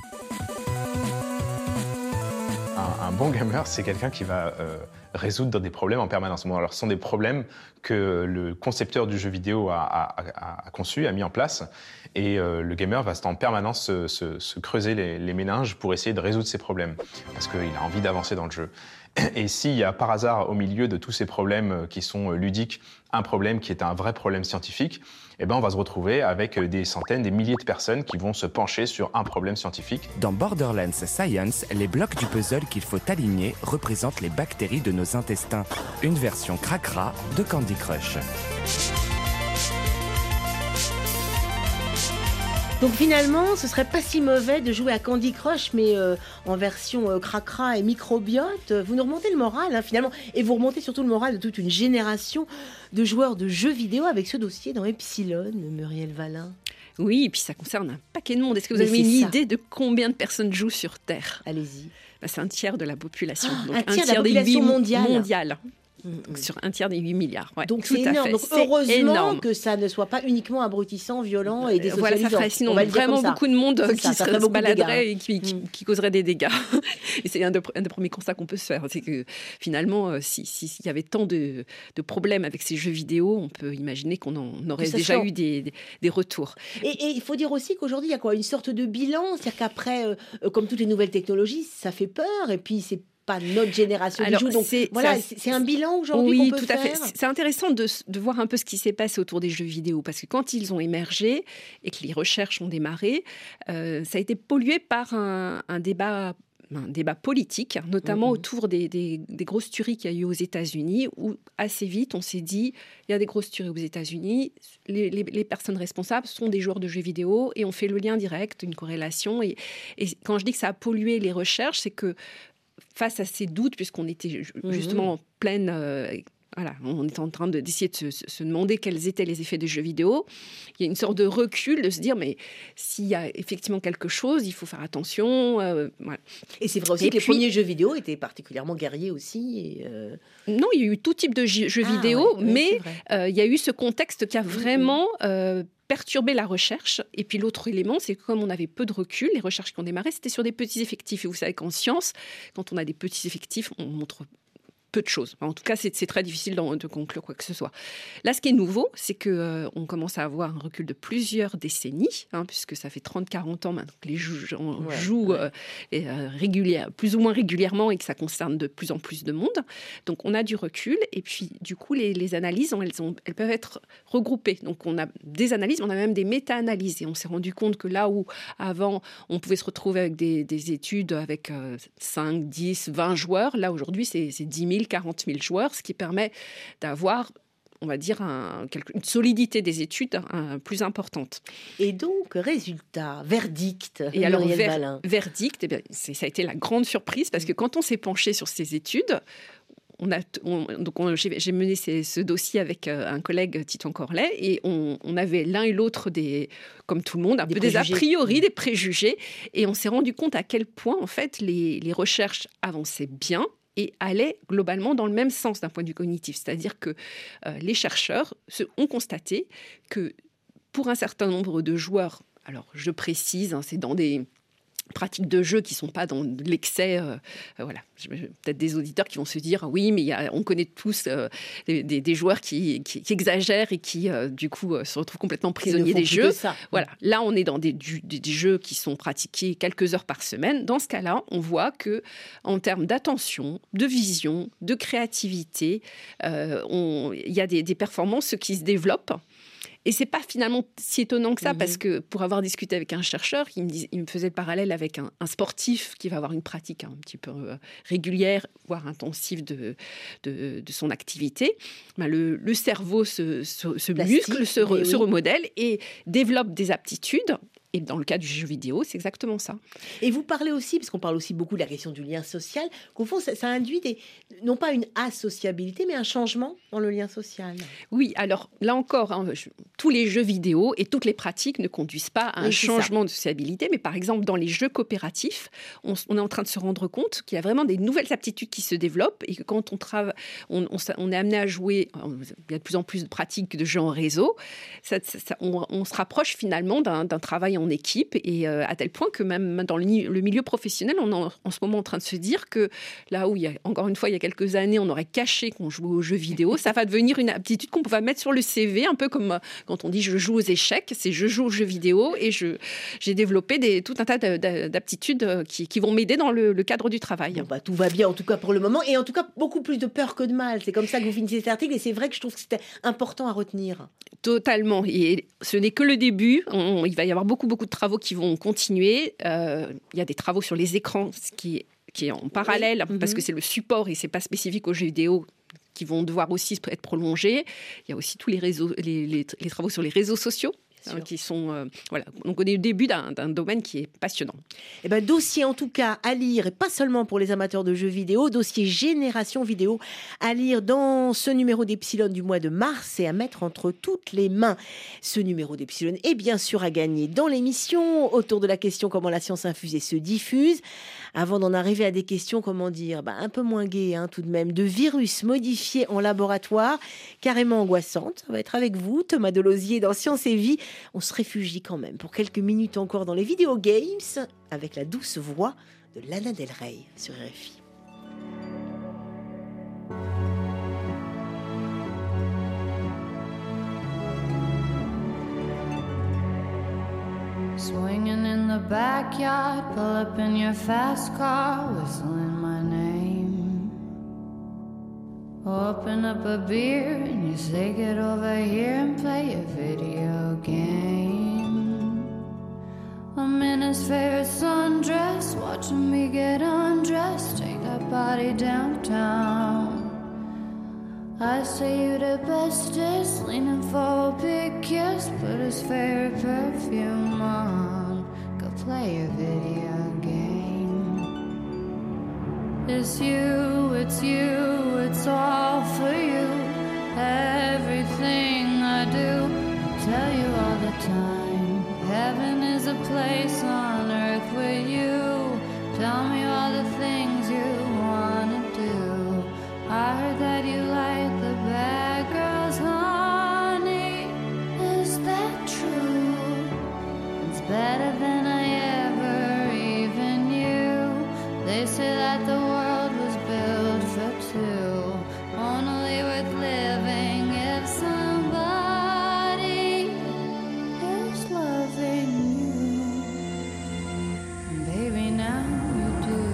Un, un bon gamer, c'est quelqu'un qui va euh, résoudre des problèmes en permanence. Bon, alors, ce sont des problèmes que le concepteur du jeu vidéo a, a, a, a conçu, a mis en place. Et euh, le gamer va en permanence se, se, se creuser les, les méninges pour essayer de résoudre ces problèmes, parce qu'il a envie d'avancer dans le jeu. Et s'il y a par hasard au milieu de tous ces problèmes qui sont ludiques, un problème qui est un vrai problème scientifique, eh ben on va se retrouver avec des centaines, des milliers de personnes qui vont se pencher sur un problème scientifique. Dans Borderlands Science, les blocs du puzzle qu'il faut aligner représentent les bactéries de nos intestins. Une version cracra de Candy Crush. Donc finalement, ce serait pas si mauvais de jouer à Candy Crush, mais euh, en version euh, cracra et microbiote. Vous nous remontez le moral, hein, finalement, et vous remontez surtout le moral de toute une génération de joueurs de jeux vidéo avec ce dossier dans Epsilon, Muriel Valin. Oui, et puis ça concerne un paquet de monde. Est-ce que vous Mais avez une c'est ça. idée de combien de personnes jouent sur Terre ? Allez-y. Ben, c'est un tiers de la population. Ah, Donc un tiers de la population huit mondiale. mondiale. Donc, sur un tiers des huit milliards. Ouais, Donc tout c'est à énorme. fait. Donc C'est heureusement énorme. que ça ne soit pas uniquement abrutissant, violent et désocialisant. Voilà, ça ferait sinon On va le dire vraiment comme ça. beaucoup de monde C'est qui ça, ça serait, ferait se beaucoup de baladerait dégâts. et qui, qui, Mm. qui causerait des dégâts. Et c'est un, de, un des premiers constats qu'on peut se faire. C'est que finalement, euh, si, si, s'il y avait tant de, de problèmes avec ces jeux vidéo, on peut imaginer qu'on en aurait Que ça déjà soit- eu des, des, des retours. Et et il faut dire aussi qu'aujourd'hui, il y a quoi une sorte de bilan, c'est-à-dire qu'après, euh, euh, comme toutes les nouvelles technologies, ça fait peur, et puis c'est pas notre génération Alors, qui joue. Donc c'est- voilà, ça- c'est c'est un bilan aujourd'hui Oui, qu'on peut tout à faire. fait. C'est intéressant de, de voir un peu ce qui s'est passé autour des jeux vidéo, parce que quand ils ont émergé et que les recherches ont démarré, euh, ça a été pollué par un, un débat un débat politique, notamment Mhm. autour des, des- des grosses tueries qu'il y a eu aux États-Unis, où assez vite on s'est dit il y a des grosses tueries aux États-Unis, les, les- les personnes responsables sont des joueurs de jeux vidéo, et on fait le lien direct, une corrélation. Et, et quand je dis que ça a pollué les recherches, c'est que face à ces doutes, puisqu'on était ju- Mhm. justement en pleine... euh, voilà, on est en train de- d'essayer de se, se- se demander quels étaient les effets des jeux vidéo. Il y a une sorte de recul de se dire, mais s'il y a effectivement quelque chose, il faut faire attention. euh, voilà. Et c'est vrai aussi Et que les puis- premiers jeux vidéo étaient particulièrement guerriers aussi. Et euh, Non, il y a eu tout type de jeux, jeux Ah, vidéo, ouais, ouais, c'est mais vrai. euh, il y a eu ce contexte qui a Mhm. vraiment euh, perturbé la recherche. Et puis l'autre élément, c'est que comme on avait peu de recul, les recherches qui ont démarré, c'était sur des petits effectifs. Et vous savez qu'en science, quand on a des petits effectifs, on montre peu de choses. En tout cas, c'est c'est très difficile d'en- de conclure quoi que ce soit. Là, ce qui est nouveau, c'est qu'on euh, on commence à avoir un recul de plusieurs décennies, hein, puisque ça fait trente à quarante ans maintenant que les gens Ouais, jouent ouais. euh, et, euh, régulière- plus ou moins régulièrement, et que ça concerne de plus en plus de monde. Donc, on a du recul, et puis du coup, les, les analyses, on- elles, ont- elles peuvent être regroupées. Donc, on a des analyses, mais on a même des méta-analyses, et on s'est rendu compte que là où, avant, on pouvait se retrouver avec des, des études avec euh, cinq, dix, vingt joueurs, là, aujourd'hui, c'est c'est dix mille, quarante mille joueurs, ce qui permet d'avoir, on va dire, un- quelque- une solidité des études hein, plus importante. Et donc, résultat, verdict. Et alors, Muriel ver- Valin. verdict, eh bien, c'est- ça a été la grande surprise, parce que quand on s'est penché sur ces études, on a, t- on- donc on- j'ai j'ai mené ces- ce dossier avec euh, un collègue, Titon Corlet, et on, on avait l'un et l'autre, des, comme tout le monde, un Des peu des a préjugés. priori, des préjugés, et on s'est rendu compte à quel point, en fait, les, les recherches avançaient bien et allaient globalement dans le même sens d'un point de vue cognitif. C'est-à-dire que euh, les chercheurs se, ont constaté que pour un certain nombre de joueurs, alors je précise, hein, c'est dans des pratiques de jeu qui ne sont pas dans de l'excès. euh, euh, voilà, Je- je- peut-être des auditeurs qui vont se dire oui, mais il y a- on connaît tous euh, des, des- des joueurs qui, qui- qui exagèrent et qui, euh, du coup, euh, se retrouvent complètement Qui ne prisonniers font des plus jeux. que ça. Voilà, là, on est dans des, du- des- des jeux qui sont pratiqués quelques heures par semaine. Dans ce cas-là, on voit que, en termes d'attention, de vision, de créativité, euh, on- il y a des, des performances qui se développent. Et c'est pas finalement si étonnant que ça, Mhm. parce que pour avoir discuté avec un chercheur, il me, dis- il me faisait le parallèle avec un, un sportif qui va avoir une pratique un petit peu euh, régulière, voire intensive de, de, de son activité. Ben, le, le cerveau se, se, se Plastique, muscle, se, re- mais se oui. remodèle et développe des aptitudes. Et dans le cas du jeu vidéo, c'est exactement ça. Et vous parlez aussi, parce qu'on parle aussi beaucoup de la question du lien social, qu'au fond, ça, ça induit des, non pas une associabilité, mais un changement dans le lien social. Oui, alors là encore, hein, je- tous les jeux vidéo et toutes les pratiques ne conduisent pas à un Oui, c'est changement de sociabilité, mais par exemple dans les jeux coopératifs, on, s- on est en train de se rendre compte qu'il y a vraiment des nouvelles aptitudes qui se développent et que quand on, trava- on, on s- on est amené à jouer, il y a de plus en plus de pratiques de jeux en réseau, ça- ça- ça- on, on se rapproche finalement d'un d'un travail travaille en équipe et euh, à tel point que même dans le, le milieu professionnel, on est en, en ce moment en train de se dire que là où, il y a, encore une fois, il y a quelques années, on aurait caché qu'on jouait aux jeux vidéo, ça va devenir une aptitude qu'on va mettre sur le C V, un peu comme euh, quand on dit je joue aux échecs, c'est je joue aux jeux vidéo et je, j'ai développé des, tout un tas de, de, d'aptitudes qui, qui vont m'aider dans le, le cadre du travail. Bon, bah, tout va bien en tout cas pour le moment et en tout cas beaucoup plus de peur que de mal. C'est comme ça que vous finissez cet article et c'est vrai que je trouve que c'était important à retenir. Totalement. Et ce n'est que le début. On, il va y avoir beaucoup, beaucoup de travaux qui vont continuer. Euh, il y a des travaux sur les écrans, ce qui est, qui est en parallèle, oui. parce mm-hmm. que c'est le support et ce n'est pas spécifique aux jeux vidéo qui vont devoir aussi être prolongés. Il y a aussi tous les, réseaux, les, les, les travaux sur les réseaux sociaux. Hein, qui sont, euh, voilà. Donc on est au début d'un, d'un domaine qui est passionnant. Eh ben, dossier en tout cas à lire, et pas seulement pour les amateurs de jeux vidéo, dossier Génération Vidéo à lire dans ce numéro d'Epsilon du mois de mars et à mettre entre toutes les mains. Ce numéro d'Epsilon est bien sûr à gagner dans l'émission autour de la question comment la science infusée se diffuse. Avant d'en arriver à des questions, comment dire, bah, un peu moins gaies hein, tout de même, de virus modifiés en laboratoire, carrément angoissantes. Ça va être avec vous, Thomas Delosier, dans Science et Vie. On se réfugie quand même pour quelques minutes encore dans les vidéo games avec la douce voix de Lana Del Rey sur R F I. Swinging in the backyard, pull up in your fast car, whistling my name. Open up a beer and you say get over here and play a video game. I'm in his favorite sundress, watching me get undressed, take that body downtown. I say you the bestest, leaning for a big kiss, put his favorite perfume on, go play a video game. It's you, it's you, it's all for you. Everything I do, I tell you all the time. Heaven is a place on earth with you. Tell me all the things you wanna do. I heard that you like the bad girls, honey. Is that true? It's better than I ever even knew. They say that the world was built for two, only worth living if somebody is loving you. Baby, now you do.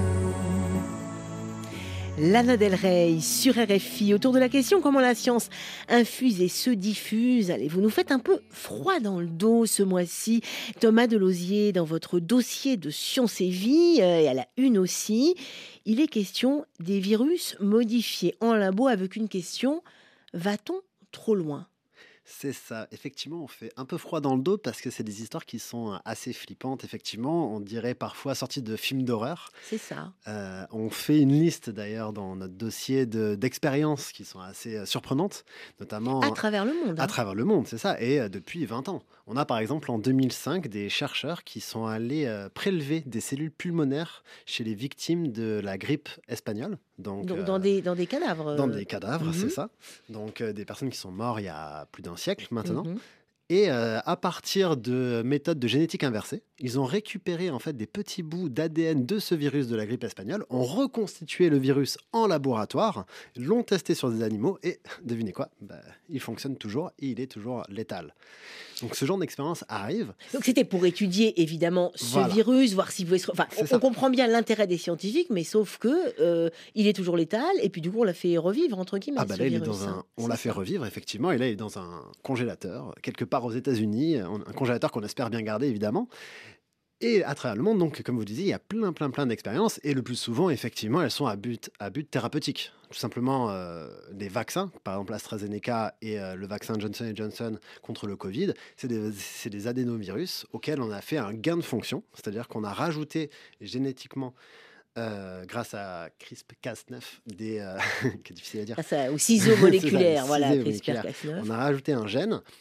Lana Del Rey sur R F I, autour de la question comment la science infuse et se diffuse. Allez, vous nous faites un peu froid dans le dos ce mois-ci. Thomas Delosier, dans votre dossier de Science et Vie, euh, et à la une aussi, il est question des virus modifiés en labo avec une question, va-t-on trop loin ? C'est ça, effectivement, on fait un peu froid dans le dos parce que c'est des histoires qui sont assez flippantes, effectivement, on dirait parfois sorties de films d'horreur. C'est ça. Euh, on fait une liste d'ailleurs dans notre dossier de, d'expériences qui sont assez surprenantes, notamment... À travers le monde. Hein. À travers le monde, c'est ça, et euh, depuis vingt ans. On a par exemple en deux mille cinq des chercheurs qui sont allés euh, prélever des cellules pulmonaires chez les victimes de la grippe espagnole. Donc, Donc euh, dans, des, dans des cadavres. Dans des cadavres, mm-hmm. c'est ça. Donc euh, des personnes qui sont mortes il y a plus d'un siècle maintenant. Mm-hmm. Et euh, à partir de méthodes de génétique inversée, ils ont récupéré en fait des petits bouts d'A D N de ce virus de la grippe espagnole, ont reconstitué le virus en laboratoire, l'ont testé sur des animaux et devinez quoi, bah, il fonctionne toujours et il est toujours létal. Donc ce genre d'expérience arrive. Donc c'était pour étudier évidemment ce voilà. virus, voir s'il pouvait se... Enfin, on, on comprend bien l'intérêt des scientifiques, mais sauf que euh, il est toujours létal et puis du coup on l'a fait revivre entre guillemets. Ah bah là il est dans un, on l'a fait revivre effectivement et là il est dans un congélateur quelque part aux États-Unis, un congélateur qu'on espère bien garder évidemment. Et à travers le monde, donc, comme vous disiez, il y a plein, plein, plein d'expériences. Et le plus souvent, effectivement, elles sont à but, à but thérapeutique. Tout simplement, euh, les vaccins, par exemple AstraZeneca et euh, le vaccin Johnson and Johnson contre le Covid, c'est des, c'est des adénovirus auxquels on a fait un gain de fonction. C'est-à-dire qu'on a rajouté génétiquement, euh, grâce à CRISPR Cas neuf, des, euh, qui est difficile à dire. Ah, ça, ou ciseaux moléculaires, ça, voilà, ciseaux CRISPR moléculaires. Cas neuf. On a rajouté un gène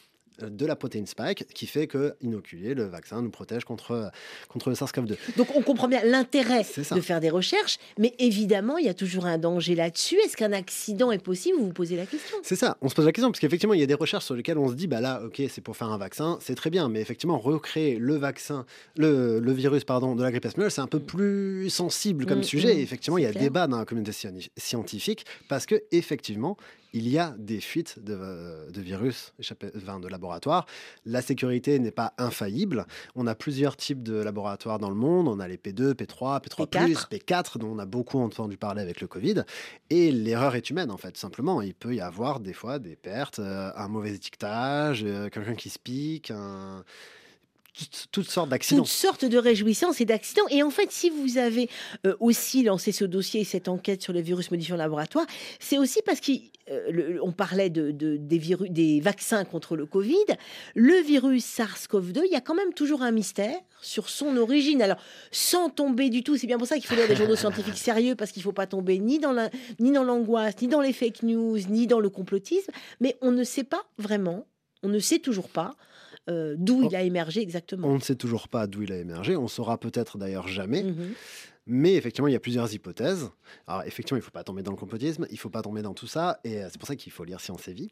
de la protéine spike qui fait que inoculer le vaccin nous protège contre, contre le SARS-CoV deux. Donc on comprend bien l'intérêt de faire des recherches, mais évidemment il y a toujours un danger là-dessus. Est-ce qu'un accident est possible? Vous vous posez la question. C'est ça, on se pose la question parce qu'effectivement il y a des recherches sur lesquelles on se dit bah là ok c'est pour faire un vaccin, c'est très bien, mais effectivement recréer le vaccin, le, le virus pardon de la grippe espagnole c'est un peu plus sensible comme Mmh, sujet. mmh, Et effectivement il y a clair. débat dans la communauté sci- scientifique parce que effectivement il y a des fuites de, de virus échappés, enfin, de laboratoire. La sécurité n'est pas infaillible. On a plusieurs types de laboratoires dans le monde. On a les P deux, P trois, P trois plus, P quatre, dont on a beaucoup entendu parler avec le Covid. Et l'erreur est humaine, en fait, simplement. Il peut y avoir des fois des pertes, euh, un mauvais étiquetage, euh, quelqu'un qui se pique, un... Toutes, toutes sortes d'accidents. Toutes sortes de réjouissances et d'accidents. Et en fait, si vous avez euh, aussi lancé ce dossier et cette enquête sur les virus modifiés en laboratoire, c'est aussi parce qu'on parlait de, de, des, virus, des vaccins contre le Covid. Le virus SARS-CoV deux, il y a quand même toujours un mystère sur son origine. Alors, sans tomber du tout, c'est bien pour ça qu'il faut lire des journaux scientifiques sérieux, parce qu'il ne faut pas tomber ni dans la, ni dans l'angoisse, ni dans les fake news, ni dans le complotisme. Mais on ne sait pas vraiment, on ne sait toujours pas Euh, d'où il a émergé exactement. On ne sait toujours pas d'où il a émergé. On saura peut-être d'ailleurs jamais. Mmh. Mais effectivement, il y a plusieurs hypothèses. Alors effectivement, il ne faut pas tomber dans le complotisme, il ne faut pas tomber dans tout ça. Et euh, c'est pour ça qu'il faut lire Science et Vie.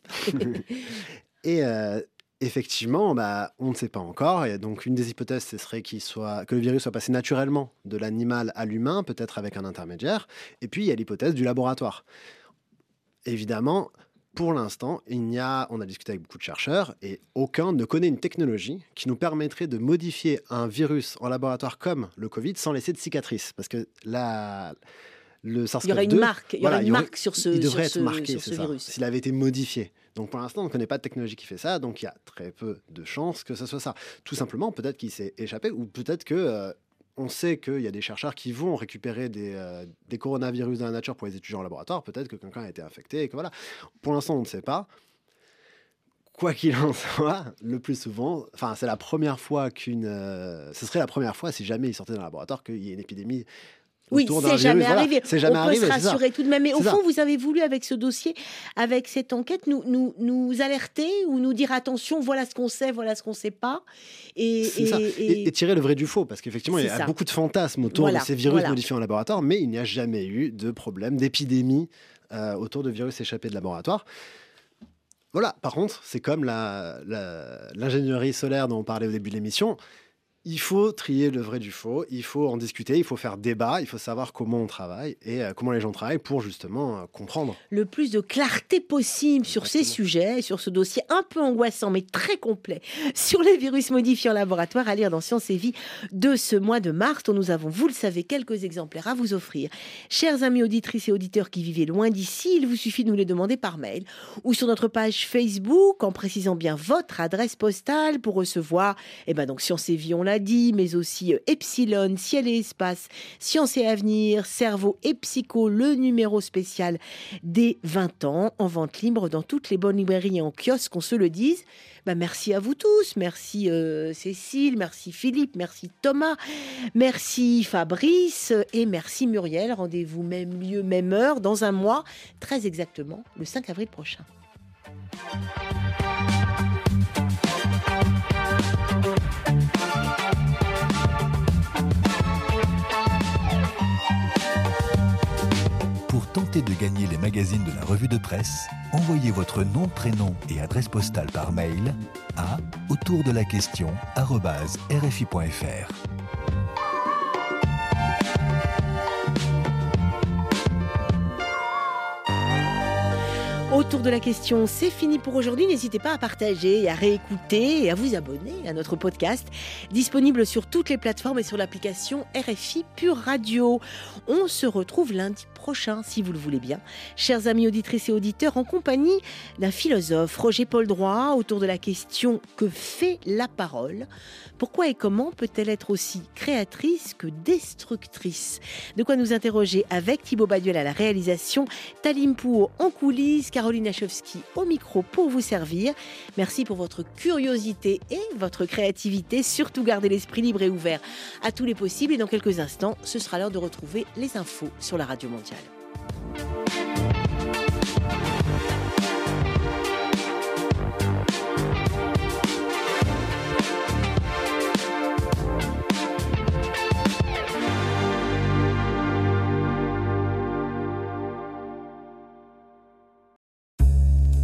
et euh, effectivement, bah, on ne sait pas encore. Et donc une des hypothèses, ce serait qu'il soit, que le virus soit passé naturellement de l'animal à l'humain, peut-être avec un intermédiaire. Et puis, il y a l'hypothèse du laboratoire. Évidemment... Pour l'instant, il n'y a, on a discuté avec beaucoup de chercheurs et aucun ne connaît une technologie qui nous permettrait de modifier un virus en laboratoire comme le Covid sans laisser de cicatrice. Parce que la, le SARS-CoV deux... Il y aurait une marque, il y voilà, aurait une marque sur ce, il devrait sur être ce, marqué, sur ce c'est ça, virus. s'il avait été modifié. Donc pour l'instant, on ne connaît pas de technologie qui fait ça, donc il y a très peu de chances que ce soit ça. Tout simplement, peut-être qu'il s'est échappé ou peut-être que... Euh, on sait qu'il y a des chercheurs qui vont récupérer des, euh, des coronavirus dans la nature pour les étudier en laboratoire. Peut-être que quelqu'un a été infecté et que voilà. Pour l'instant, on ne sait pas. Quoi qu'il en soit, le plus souvent, enfin, c'est la première fois qu'une... Euh, ce serait la première fois, si jamais il sortait d'un laboratoire, qu'il y ait une épidémie. Oui, c'est jamais virus, arrivé. Voilà, c'est jamais on arrivé, peut se rassurer tout de même. Mais au ça. fond, vous avez voulu, avec ce dossier, avec cette enquête, nous, nous, nous alerter ou nous dire attention, voilà ce qu'on sait, voilà ce qu'on ne sait pas. Et, et, et, et... et tirer le vrai du faux. Parce qu'effectivement, il y a ça. beaucoup de fantasmes autour voilà, de ces virus voilà. modifiés en laboratoire, mais il n'y a jamais eu de problème, d'épidémie euh, autour de virus échappés de laboratoire. Voilà, par contre, c'est comme la, la, l'ingénierie solaire dont on parlait au début de l'émission. Il faut trier le vrai du faux, il faut en discuter, il faut faire débat, il faut savoir comment on travaille et euh, comment les gens travaillent pour justement euh, comprendre. Le plus de clarté possible sur Exactement. Ces sujets, sur ce dossier un peu angoissant mais très complet sur les virus modifiés en laboratoire à lire dans Science et Vie de ce mois de mars dont nous avons, vous le savez, quelques exemplaires à vous offrir. Chers amis auditrices et auditeurs qui vivez loin d'ici, il vous suffit de nous les demander par mail ou sur notre page Facebook en précisant bien votre adresse postale pour recevoir, eh ben donc Science et Vie, on l'a dit, mais aussi Epsilon, Ciel et Espace, Science et Avenir, Cerveau et Psycho, le numéro spécial des vingt ans, en vente libre dans toutes les bonnes librairies et en kiosque, qu'on se le dise. Ben merci à vous tous, merci euh, Cécile, merci Philippe, merci Thomas, merci Fabrice et merci Muriel. Rendez-vous même lieu, même heure, dans un mois, très exactement, le cinq avril prochain. Pour tenter de gagner les magazines de la revue de presse, envoyez votre nom, prénom et adresse postale par mail à autour de la question arobase r f i point f r. Autour de la question, c'est fini pour aujourd'hui. N'hésitez pas à partager, à réécouter et à vous abonner à notre podcast, disponible sur toutes les plateformes et sur l'application R F I Pure Radio. On se retrouve lundi prochain, si vous le voulez bien. Chers amis auditrices et auditeurs, en compagnie d'un philosophe, Roger-Paul Droit, autour de la question « Que fait la parole ? Pourquoi et comment peut-elle être aussi créatrice que destructrice ?» De quoi nous interroger avec Thibaut Baduel à la réalisation, Talim Pouo en coulisses, Caroline Achowski au micro pour vous servir. Merci pour votre curiosité et votre créativité. Surtout gardez l'esprit libre et ouvert à tous les possibles. Et dans quelques instants, ce sera l'heure de retrouver les infos sur la Radio Mondiale.